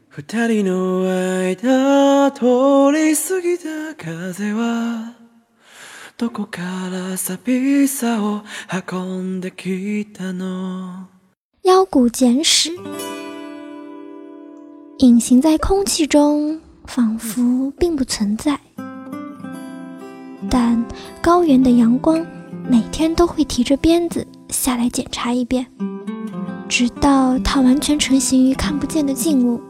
二人の間通り過ぎた風はどこから寂しさを運んできたの。 腰骨简史，隐形在空气中，仿佛并不存在，但高原的阳光每天都会提着鞭子下来检查一遍，直到它完全成型于看不见的静物。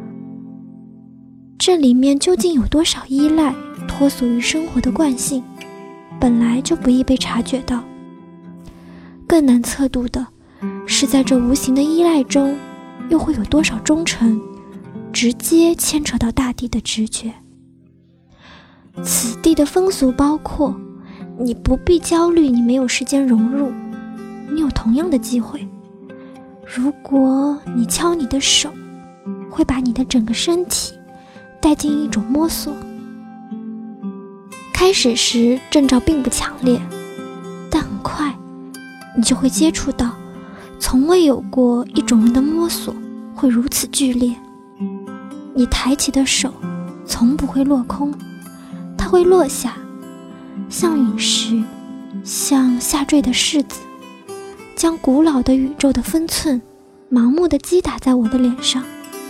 这里面究竟有多少依赖，脱俗于生活的惯性，本来就不易被察觉到。更难测度的是，在这无形的依赖中，又会有多少忠诚，直接牵扯到大地的直觉。此地的风俗包括，你不必焦虑你没有时间融入，你有同样的机会。如果你敲你的手，会把你的整个身体带进一种摸索。开始时征兆并不强烈，但很快你就会接触到，从未有过一种人的摸索会如此剧烈。你抬起的手从不会落空，它会落下，像陨石，像下坠的柿子，将古老的宇宙的分寸盲目地击打在我的脸上。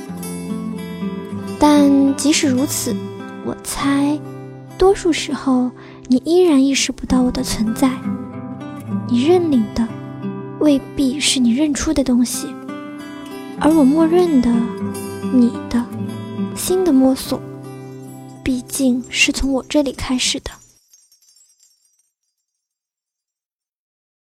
但即使如此，我猜多数时候你依然意识不到我的存在。你认领的未必是你认出的东西，而我默认的你的新的摸索，毕竟是从我这里开始的。